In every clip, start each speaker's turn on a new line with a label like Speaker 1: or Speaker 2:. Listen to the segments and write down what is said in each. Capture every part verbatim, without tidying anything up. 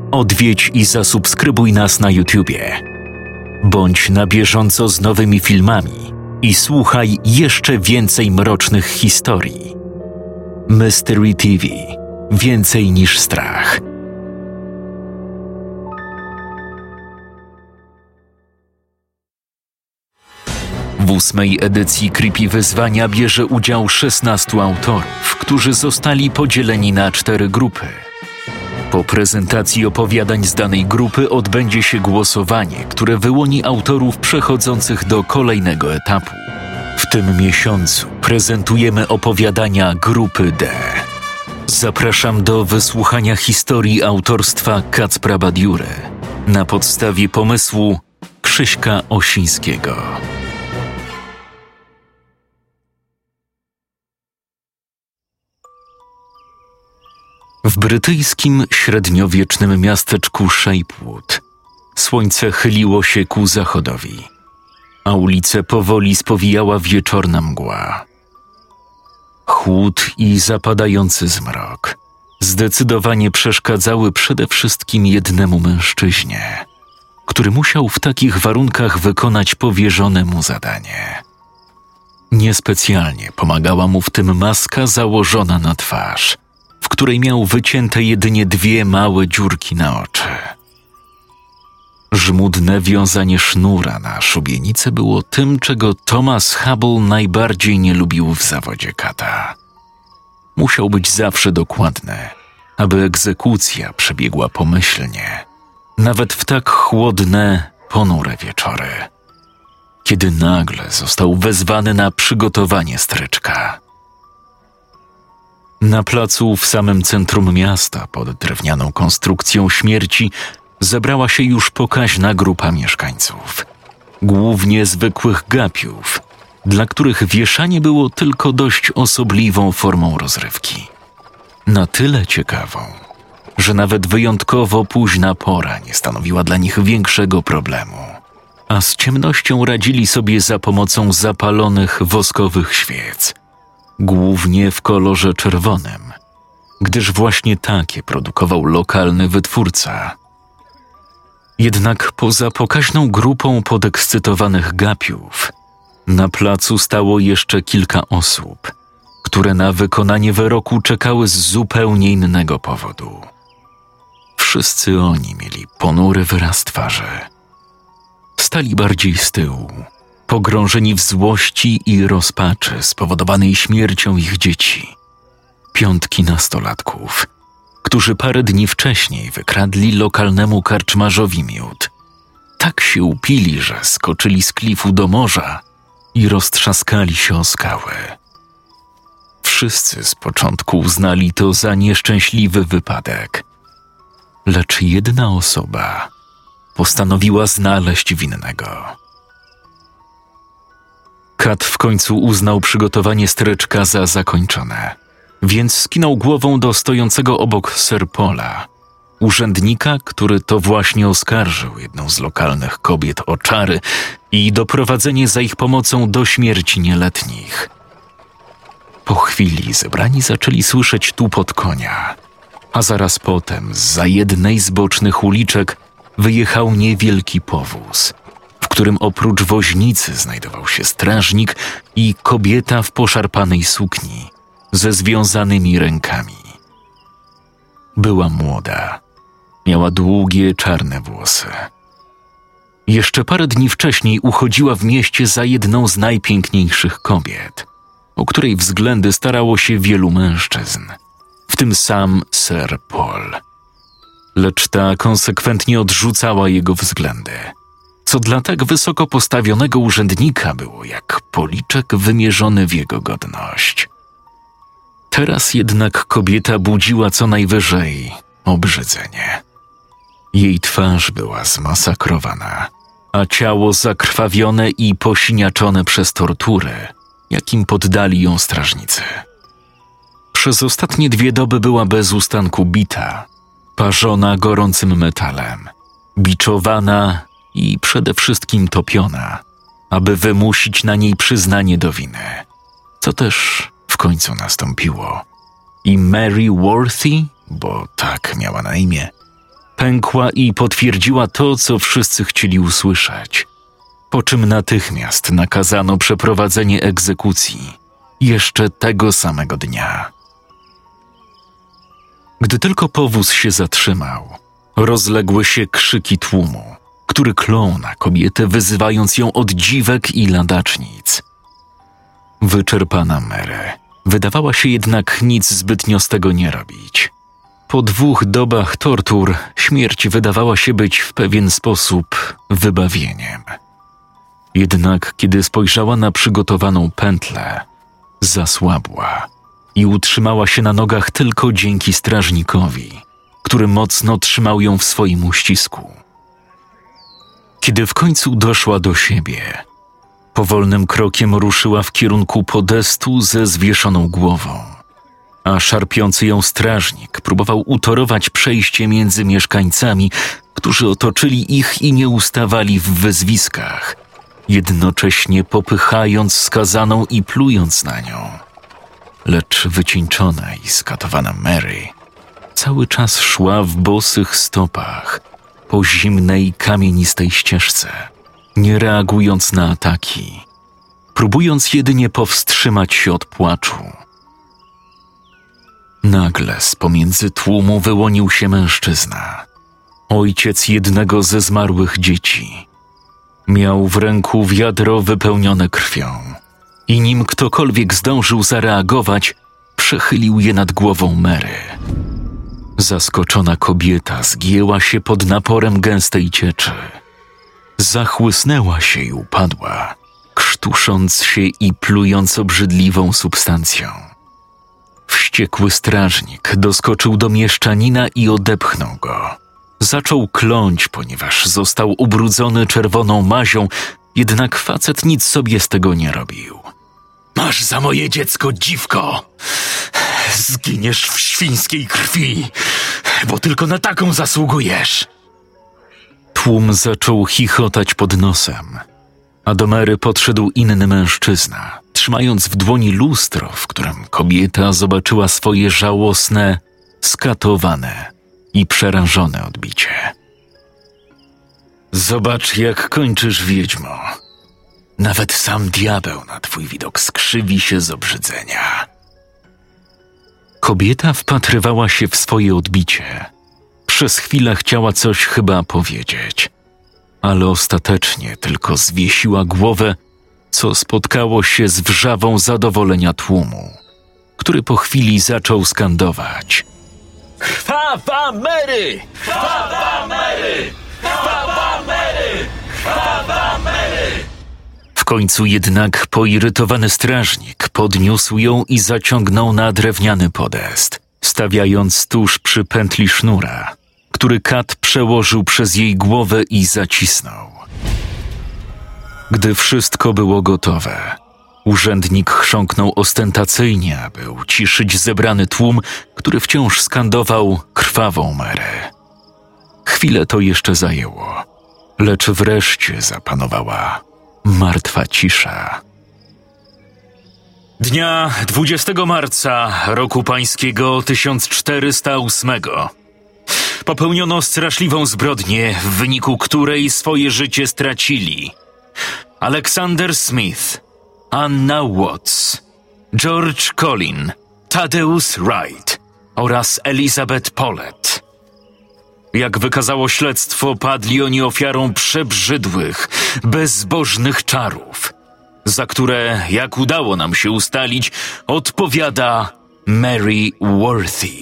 Speaker 1: Odwiedź i zasubskrybuj nas na YouTubie. Bądź na bieżąco z nowymi filmami i słuchaj jeszcze więcej mrocznych historii. Mystery T V. Więcej niż strach. W ósmej edycji Creepy Wyzwania bierze udział szesnastu autorów, którzy zostali podzieleni na cztery grupy. Po prezentacji opowiadań z danej grupy odbędzie się głosowanie, które wyłoni autorów przechodzących do kolejnego etapu. W tym miesiącu prezentujemy opowiadania grupy D. Zapraszam do wysłuchania historii autorstwa Kacpra Badiury na podstawie pomysłu Krzyśka Osińskiego. W brytyjskim średniowiecznym miasteczku Shapewood słońce chyliło się ku zachodowi, a ulice powoli spowijała wieczorna mgła. Chłód i zapadający zmrok zdecydowanie przeszkadzały przede wszystkim jednemu mężczyźnie, który musiał w takich warunkach wykonać powierzone mu zadanie. Niespecjalnie pomagała mu w tym maska założona na twarz, w której miał wycięte jedynie dwie małe dziurki na oczy. Żmudne wiązanie sznura na szubienicę było tym, czego Thomas Hubble najbardziej nie lubił w zawodzie kata. Musiał być zawsze dokładny, aby egzekucja przebiegła pomyślnie, nawet w tak chłodne, ponure wieczory, kiedy nagle został wezwany na przygotowanie stryczka. Na placu w samym centrum miasta, pod drewnianą konstrukcją śmierci, zebrała się już pokaźna grupa mieszkańców, głównie zwykłych gapiów, dla których wieszanie było tylko dość osobliwą formą rozrywki. Na tyle ciekawą, że nawet wyjątkowo późna pora nie stanowiła dla nich większego problemu, a z ciemnością radzili sobie za pomocą zapalonych woskowych świec, głównie w kolorze czerwonym, gdyż właśnie takie produkował lokalny wytwórca. Jednak poza pokaźną grupą podekscytowanych gapiów, na placu stało jeszcze kilka osób, które na wykonanie wyroku czekały z zupełnie innego powodu. Wszyscy oni mieli ponury wyraz twarzy. Stali bardziej z tyłu, pogrążeni w złości i rozpaczy spowodowanej śmiercią ich dzieci. Piątki nastolatków, którzy parę dni wcześniej wykradli lokalnemu karczmarzowi miód. Tak się upili, że skoczyli z klifu do morza i roztrzaskali się o skały. Wszyscy z początku uznali to za nieszczęśliwy wypadek, lecz jedna osoba postanowiła znaleźć winnego. Kat w końcu uznał przygotowanie stryczka za zakończone, więc skinął głową do stojącego obok Sir Paula, urzędnika, który to właśnie oskarżył jedną z lokalnych kobiet o czary i doprowadzenie za ich pomocą do śmierci nieletnich. Po chwili zebrani zaczęli słyszeć tupot konia, a zaraz potem zza jednej z bocznych uliczek wyjechał niewielki powóz, w którym oprócz woźnicy znajdował się strażnik i kobieta w poszarpanej sukni ze związanymi rękami. Była młoda, miała długie, czarne włosy. Jeszcze parę dni wcześniej uchodziła w mieście za jedną z najpiękniejszych kobiet, o której względy starało się wielu mężczyzn, w tym sam Sir Paul. Lecz ta konsekwentnie odrzucała jego względy, co dla tak wysoko postawionego urzędnika było jak policzek wymierzony w jego godność. Teraz jednak kobieta budziła co najwyżej obrzydzenie. Jej twarz była zmasakrowana, a ciało zakrwawione i posiniaczone przez tortury, jakim poddali ją strażnicy. Przez ostatnie dwie doby była bez ustanku bita, parzona gorącym metalem, biczowana i przede wszystkim topiona, aby wymusić na niej przyznanie do winy, co też w końcu nastąpiło. I Mary Worthy, bo tak miała na imię, pękła i potwierdziła to, co wszyscy chcieli usłyszeć, po czym natychmiast nakazano przeprowadzenie egzekucji jeszcze tego samego dnia. Gdy tylko powóz się zatrzymał, rozległy się krzyki tłumu, który klął na kobietę, wyzywając ją od dziwek i ladacznic. Wyczerpana Mary wydawała się jednak nic zbytnio z tego nie robić. Po dwóch dobach tortur śmierć wydawała się być w pewien sposób wybawieniem. Jednak kiedy spojrzała na przygotowaną pętlę, zasłabła i utrzymała się na nogach tylko dzięki strażnikowi, który mocno trzymał ją w swoim uścisku. Kiedy w końcu doszła do siebie, powolnym krokiem ruszyła w kierunku podestu ze zwieszoną głową, a szarpiący ją strażnik próbował utorować przejście między mieszkańcami, którzy otoczyli ich i nie ustawali w wyzwiskach, jednocześnie popychając skazaną i plując na nią. Lecz wycieńczona i skatowana Mary cały czas szła w bosych stopach po zimnej, kamienistej ścieżce, nie reagując na ataki, próbując jedynie powstrzymać się od płaczu. Nagle z pomiędzy tłumu wyłonił się mężczyzna, ojciec jednego ze zmarłych dzieci. Miał w ręku wiadro wypełnione krwią i nim ktokolwiek zdążył zareagować, przechylił je nad głową Mary. Zaskoczona kobieta zgięła się pod naporem gęstej cieczy. Zachłysnęła się i upadła, krztusząc się i plując obrzydliwą substancją. Wściekły strażnik doskoczył do mieszczanina i odepchnął go. Zaczął kląć, ponieważ został ubrudzony czerwoną mazią, jednak facet nic sobie z tego nie robił. Masz za moje dziecko, dziwko! Zginiesz w świńskiej krwi, bo tylko na taką zasługujesz! Tłum zaczął chichotać pod nosem, a do Mary podszedł inny mężczyzna, trzymając w dłoni lustro, w którym kobieta zobaczyła swoje żałosne, skatowane i przerażone odbicie. Zobacz, jak kończysz, wiedźmo. Nawet sam diabeł na twój widok skrzywi się z obrzydzenia. Kobieta wpatrywała się w swoje odbicie. Przez chwilę chciała coś chyba powiedzieć, ale ostatecznie tylko zwiesiła głowę, co spotkało się z wrzawą zadowolenia tłumu, który po chwili zaczął skandować: Krwawa Mary! Krwawa Mary! Krwawa Mary! Krwawa Mary! W końcu jednak poirytowany strażnik podniósł ją i zaciągnął na drewniany podest, stawiając tuż przy pętli sznura, który kat przełożył przez jej głowę i zacisnął. Gdy wszystko było gotowe, urzędnik chrząknął ostentacyjnie, aby uciszyć zebrany tłum, który wciąż skandował krwawą Mary. Chwilę to jeszcze zajęło, lecz wreszcie zapanowała martwa cisza. Dnia dwudziestego marca roku pańskiego tysiąc czterysta ósmego popełniono straszliwą zbrodnię, w wyniku której swoje życie stracili Alexander Smith, Anna Watts, George Collin, Thaddeus Wright oraz Elizabeth Pollett. Jak wykazało śledztwo, padli oni ofiarą przebrzydłych, bezbożnych czarów, za które, jak udało nam się ustalić, odpowiada Mary Worthy.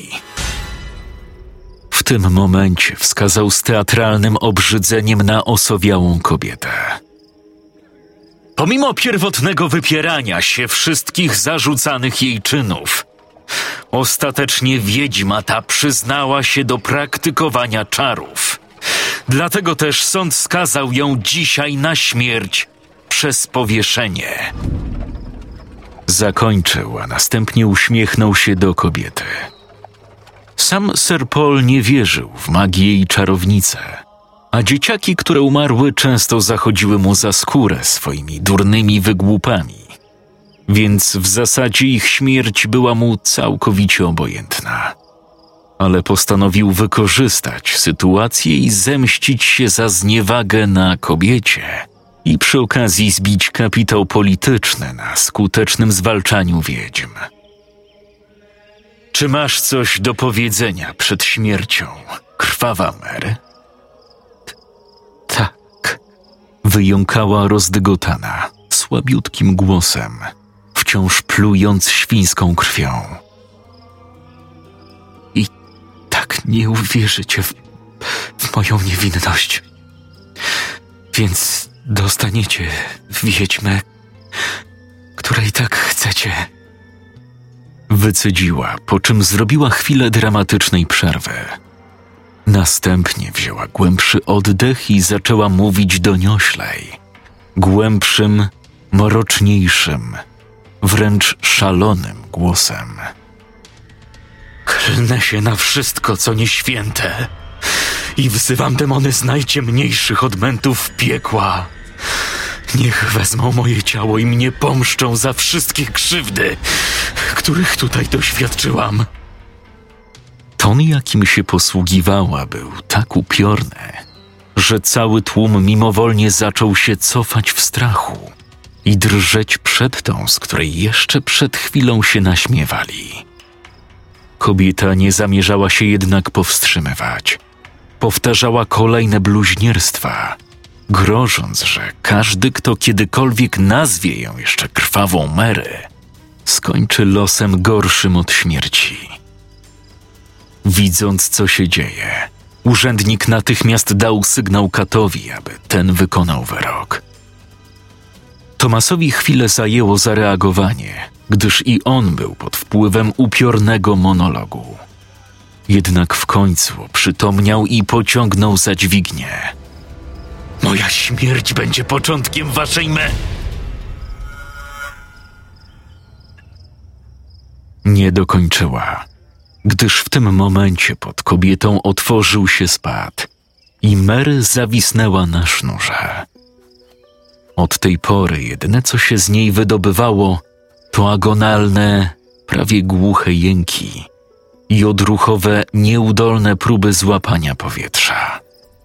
Speaker 1: W tym momencie wskazał z teatralnym obrzydzeniem na osowiałą kobietę. Pomimo pierwotnego wypierania się wszystkich zarzucanych jej czynów, ostatecznie wiedźma ta przyznała się do praktykowania czarów. Dlatego też sąd skazał ją dzisiaj na śmierć przez powieszenie. Zakończył, a następnie uśmiechnął się do kobiety. Sam Sir Paul nie wierzył w magię i czarownice, a dzieciaki, które umarły, często zachodziły mu za skórę swoimi durnymi wygłupami, więc w zasadzie ich śmierć była mu całkowicie obojętna. ale postanowił wykorzystać sytuację i zemścić się za zniewagę na kobiecie i przy okazji zbić kapitał polityczny na skutecznym zwalczaniu wiedźm. Czy masz coś do powiedzenia przed śmiercią, krwawa Mary?
Speaker 2: Tak,
Speaker 1: wyjąkała rozdygotana, słabiutkim głosem, wciąż plując świńską krwią.
Speaker 2: I tak nie uwierzycie w, w moją niewinność. Więc dostaniecie wiedźmę, której tak chcecie.
Speaker 1: Wycedziła, po czym zrobiła chwilę dramatycznej przerwy. Następnie wzięła głębszy oddech i zaczęła mówić donioślej, głębszym, mroczniejszym, wręcz szalonym głosem.
Speaker 2: Klnę się na wszystko, co nieświęte i wzywam demony z najciemniejszych odmętów piekła. Niech wezmą moje ciało i mnie pomszczą za wszystkie krzywdy, których tutaj doświadczyłam.
Speaker 1: Ton, jakim się posługiwała, był tak upiorny, że cały tłum mimowolnie zaczął się cofać w strachu i drżeć przed tą, z której jeszcze przed chwilą się naśmiewali. Kobieta nie zamierzała się jednak powstrzymywać. Powtarzała kolejne bluźnierstwa, grożąc, że każdy, kto kiedykolwiek nazwie ją jeszcze krwawą Mary, skończy losem gorszym od śmierci. Widząc, co się dzieje, urzędnik natychmiast dał sygnał Katowi, aby ten wykonał wyrok. Tomasowi chwilę zajęło zareagowanie, gdyż i on był pod wpływem upiornego monologu. Jednak w końcu oprzytomniał i pociągnął za dźwignię.
Speaker 2: Moja śmierć będzie początkiem waszej me...
Speaker 1: Nie dokończyła, gdyż w tym momencie pod kobietą otworzył się spad i Mary zawisnęła na sznurze. Od tej pory jedyne, co się z niej wydobywało, to agonalne, prawie głuche jęki i odruchowe, nieudolne próby złapania powietrza.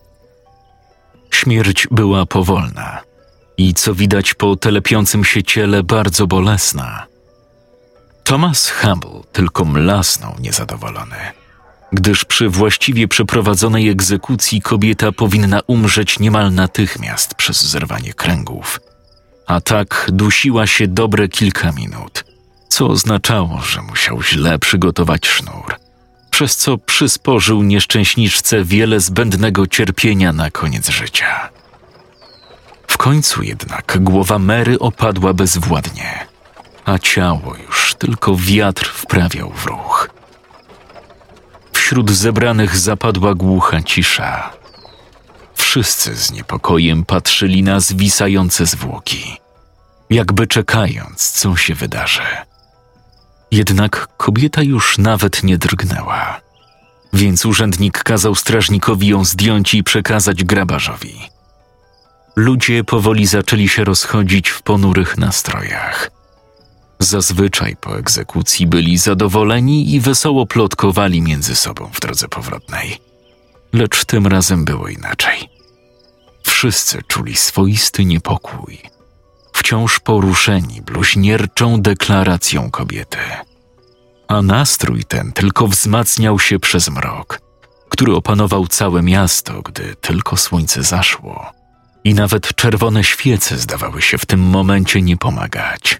Speaker 1: Śmierć była powolna i, co widać po telepiącym się ciele, bardzo bolesna. Thomas Hubble tylko mlasnął niezadowolony, gdyż przy właściwie przeprowadzonej egzekucji kobieta powinna umrzeć niemal natychmiast przez zerwanie kręgów, a tak dusiła się dobre kilka minut, co oznaczało, że musiał źle przygotować sznur, przez co przysporzył nieszczęśniczce wiele zbędnego cierpienia na koniec życia. W końcu jednak głowa Mary opadła bezwładnie, a ciało już tylko wiatr wprawiał w ruch. Wśród zebranych zapadła głucha cisza. Wszyscy z niepokojem patrzyli na zwisające zwłoki, jakby czekając, co się wydarzy. Jednak kobieta już nawet nie drgnęła, więc urzędnik kazał strażnikowi ją zdjąć i przekazać grabarzowi. Ludzie powoli zaczęli się rozchodzić w ponurych nastrojach. Zazwyczaj po egzekucji byli zadowoleni i wesoło plotkowali między sobą w drodze powrotnej. Lecz tym razem było inaczej. Wszyscy czuli swoisty niepokój, wciąż poruszeni bluźnierczą deklaracją kobiety. A nastrój ten tylko wzmacniał się przez mrok, który opanował całe miasto, gdy tylko słońce zaszło i nawet czerwone świece zdawały się w tym momencie nie pomagać.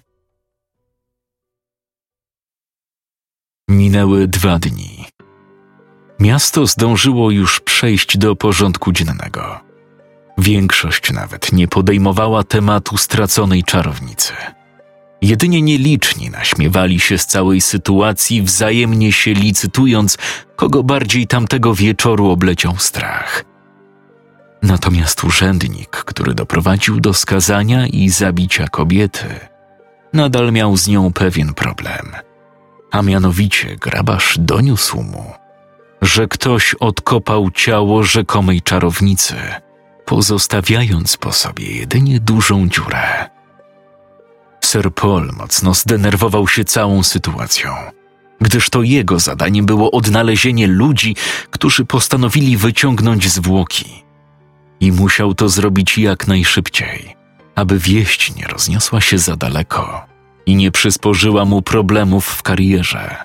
Speaker 1: Minęły dwa dni. Miasto zdążyło już przejść do porządku dziennego. Większość nawet nie podejmowała tematu straconej czarownicy. Jedynie nieliczni naśmiewali się z całej sytuacji, wzajemnie się licytując, kogo bardziej tamtego wieczoru obleciał strach. Natomiast urzędnik, który doprowadził do skazania i zabicia kobiety, nadal miał z nią pewien problem. A mianowicie grabarz doniósł mu, że ktoś odkopał ciało rzekomej czarownicy, pozostawiając po sobie jedynie dużą dziurę. Sir Paul mocno zdenerwował się całą sytuacją, gdyż to jego zadaniem było odnalezienie ludzi, którzy postanowili wyciągnąć zwłoki. I musiał to zrobić jak najszybciej, aby wieść nie rozniosła się za daleko i nie przysporzyła mu problemów w karierze.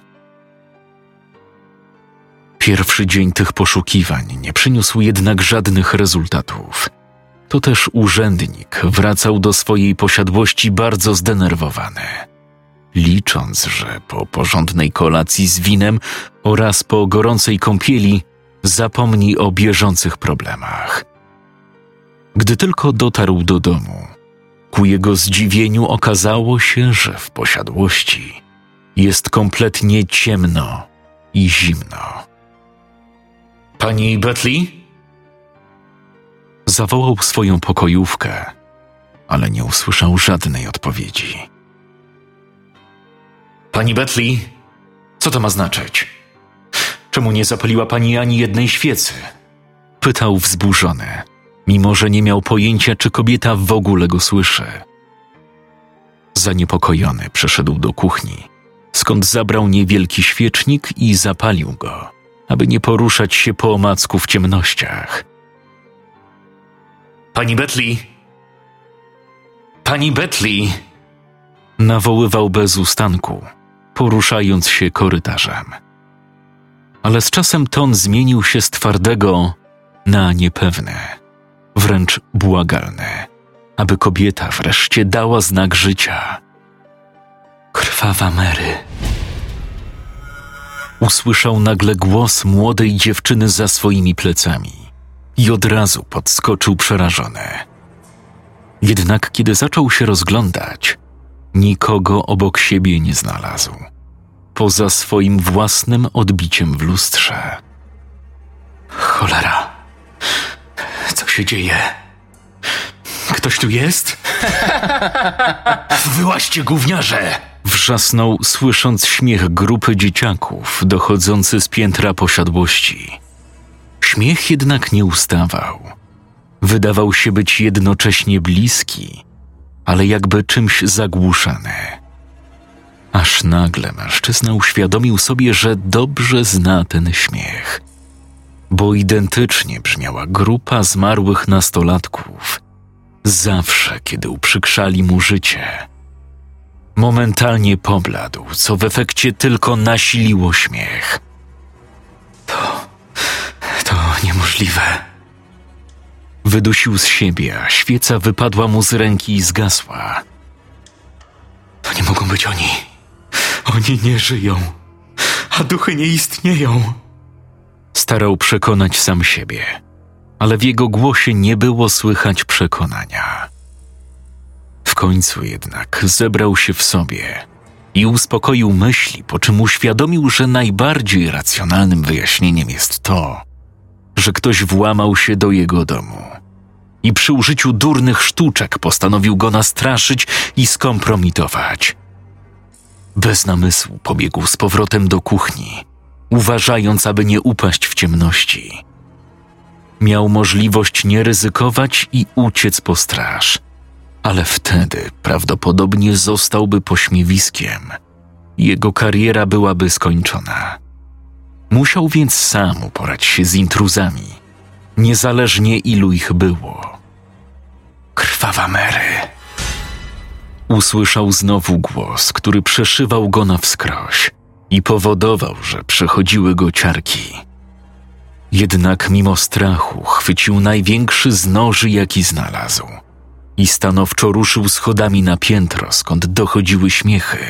Speaker 1: Pierwszy dzień tych poszukiwań nie przyniósł jednak żadnych rezultatów. To też urzędnik wracał do swojej posiadłości bardzo zdenerwowany, licząc, że po porządnej kolacji z winem oraz po gorącej kąpieli zapomni o bieżących problemach. Gdy tylko dotarł do domu, ku jego zdziwieniu okazało się, że w posiadłości jest kompletnie ciemno i zimno.
Speaker 2: Pani Betley?
Speaker 1: Zawołał swoją pokojówkę, ale nie usłyszał żadnej odpowiedzi.
Speaker 2: Pani Betley? Co to ma znaczyć? Czemu nie zapaliła pani ani jednej świecy?
Speaker 1: Pytał wzburzony, mimo że nie miał pojęcia, czy kobieta w ogóle go słyszy. Zaniepokojony przeszedł do kuchni, skąd zabrał niewielki świecznik i zapalił go, aby nie poruszać się po omacku w ciemnościach.
Speaker 2: Pani Betley? Pani Betley?
Speaker 1: Nawoływał bez ustanku, poruszając się korytarzem. Ale z czasem ton zmienił się z twardego na niepewny, wręcz błagalny, aby kobieta wreszcie dała znak życia. Krwawa Mary. Usłyszał nagle głos młodej dziewczyny za swoimi plecami i od razu podskoczył przerażony. Jednak kiedy zaczął się rozglądać, nikogo obok siebie nie znalazł, poza swoim własnym odbiciem w lustrze.
Speaker 2: Cholera! Co się dzieje? Ktoś tu jest? Wyłaźcie, gówniarze!
Speaker 1: Wrzasnął, słysząc śmiech grupy dzieciaków dochodzący z piętra posiadłości. Śmiech jednak nie ustawał. Wydawał się być jednocześnie bliski, ale jakby czymś zagłuszany. Aż nagle mężczyzna uświadomił sobie, że dobrze zna ten śmiech, bo identycznie brzmiała grupa zmarłych nastolatków, zawsze kiedy uprzykrzali mu życie. Momentalnie pobladł, co w efekcie tylko nasiliło śmiech.
Speaker 2: To... to niemożliwe.
Speaker 1: Wydusił z siebie, a świeca wypadła mu z ręki i zgasła.
Speaker 2: To nie mogą być oni. Oni nie żyją, a duchy nie istnieją.
Speaker 1: Starał przekonać sam siebie, ale w jego głosie nie było słychać przekonania. W końcu jednak zebrał się w sobie i uspokoił myśli, po czym uświadomił, że najbardziej racjonalnym wyjaśnieniem jest to, że ktoś włamał się do jego domu i przy użyciu durnych sztuczek postanowił go nastraszyć i skompromitować. Bez namysłu pobiegł z powrotem do kuchni, uważając, aby nie upaść w ciemności. Miał możliwość nie ryzykować i uciec po straż, ale wtedy prawdopodobnie zostałby pośmiewiskiem. Jego kariera byłaby skończona. Musiał więc sam uporać się z intruzami, niezależnie ilu ich było.
Speaker 2: Krwawa Mary.
Speaker 1: Usłyszał znowu głos, który przeszywał go na wskroś i powodował, że przechodziły go ciarki. Jednak mimo strachu chwycił największy z noży, jaki znalazł, i stanowczo ruszył schodami na piętro, skąd dochodziły śmiechy.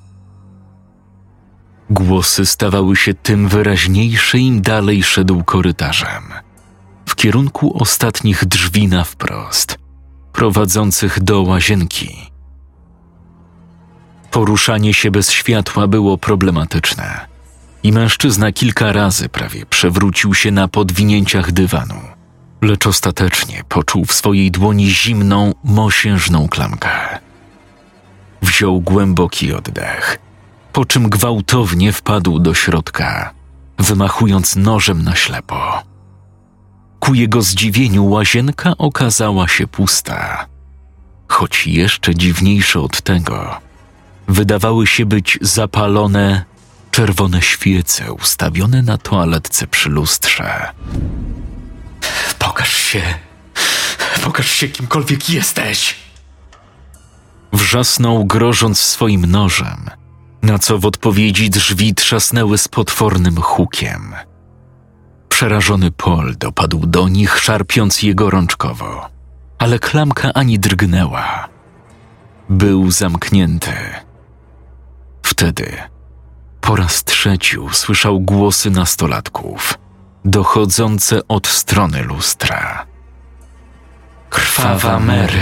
Speaker 1: Głosy stawały się tym wyraźniejsze, im dalej szedł korytarzem, w kierunku ostatnich drzwi na wprost, prowadzących do łazienki. Poruszanie się bez światła było problematyczne i mężczyzna kilka razy prawie przewrócił się na podwinięciach dywanu, lecz ostatecznie poczuł w swojej dłoni zimną, mosiężną klamkę. Wziął głęboki oddech, po czym gwałtownie wpadł do środka, wymachując nożem na ślepo. Ku jego zdziwieniu łazienka okazała się pusta, choć jeszcze dziwniejsze od tego, wydawały się być zapalone czerwone świece ustawione na toaletce przy lustrze.
Speaker 2: Pokaż się! Pokaż się kimkolwiek jesteś!
Speaker 1: Wrzasnął, grożąc swoim nożem, na co w odpowiedzi drzwi trzasnęły z potwornym hukiem. Przerażony Paul dopadł do nich, szarpiąc je gorączkowo, ale klamka ani drgnęła. Był zamknięty. Wtedy po raz trzeci usłyszał głosy nastolatków, dochodzące od strony lustra.
Speaker 2: Krwawa Mary!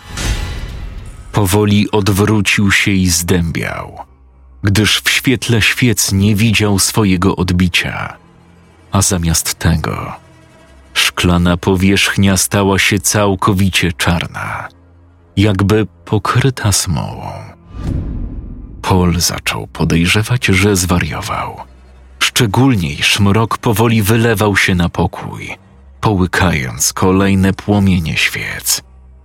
Speaker 1: Powoli odwrócił się i zdębiał, gdyż w świetle świec nie widział swojego odbicia, a zamiast tego szklana powierzchnia stała się całkowicie czarna, jakby pokryta smołą. Paul zaczął podejrzewać, że zwariował, szczególnie iż mrok powoli wylewał się na pokój, połykając kolejne płomienie świec.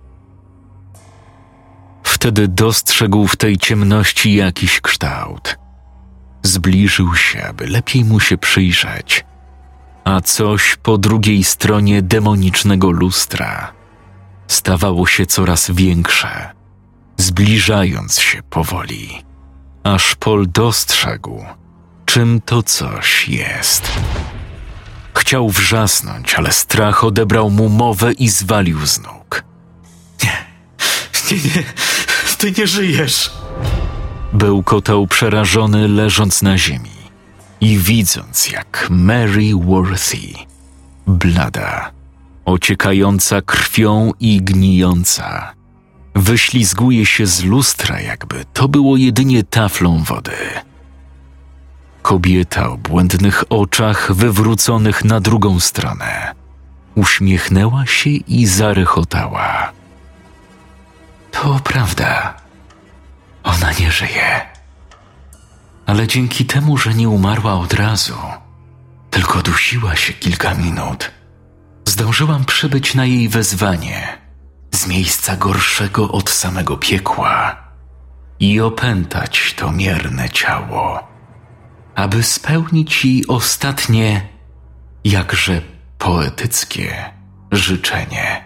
Speaker 1: Wtedy dostrzegł w tej ciemności jakiś kształt. Zbliżył się, aby lepiej mu się przyjrzeć, a coś po drugiej stronie demonicznego lustra stawało się coraz większe, zbliżając się powoli, aż Paul dostrzegł, czym to coś jest. Chciał wrzasnąć, ale strach odebrał mu mowę i zwalił z nóg.
Speaker 2: Nie, nie, nie, ty nie żyjesz!
Speaker 1: Bełkotał przerażony, leżąc na ziemi i widząc, jak Mary Worthy, blada, ociekająca krwią i gnijąca, wyślizguje się z lustra, jakby to było jedynie taflą wody. Kobieta o błędnych oczach wywróconych na drugą stronę uśmiechnęła się i zarechotała.
Speaker 2: To prawda. Ona nie żyje. Ale dzięki temu, że nie umarła od razu, tylko dusiła się kilka minut, zdążyłam przybyć na jej wezwanie z miejsca gorszego od samego piekła i opętać to mierne ciało, aby spełnić jej ostatnie, jakże poetyckie życzenie.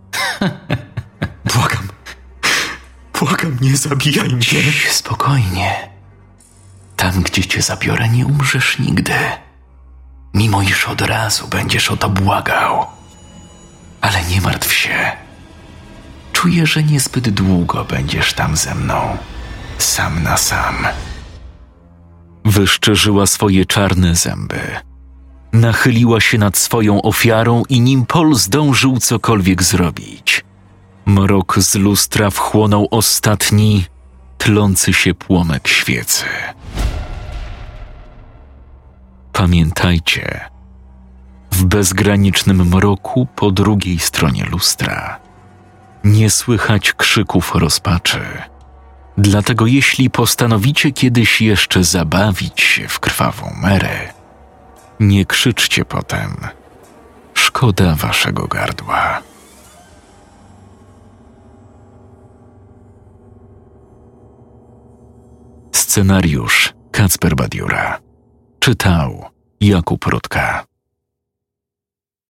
Speaker 2: Błagam, błagam, nie zabijaj mnie. Ciii, spokojnie. Tam, gdzie cię zabiorę, nie umrzesz nigdy, mimo iż od razu będziesz o to błagał. Ale nie martw się. Czuję, że niezbyt długo będziesz tam ze mną, sam na sam.
Speaker 1: Wyszczerzyła swoje czarne zęby. Nachyliła się nad swoją ofiarą i nim Paul zdążył cokolwiek zrobić, mrok z lustra wchłonął ostatni, tlący się płomek świecy. Pamiętajcie, w bezgranicznym mroku po drugiej stronie lustra nie słychać krzyków rozpaczy. Dlatego jeśli postanowicie kiedyś jeszcze zabawić się w krwawą Mary, nie krzyczcie potem. Szkoda waszego gardła. Scenariusz Kacper Badiura. Czytał Jakub Rutka.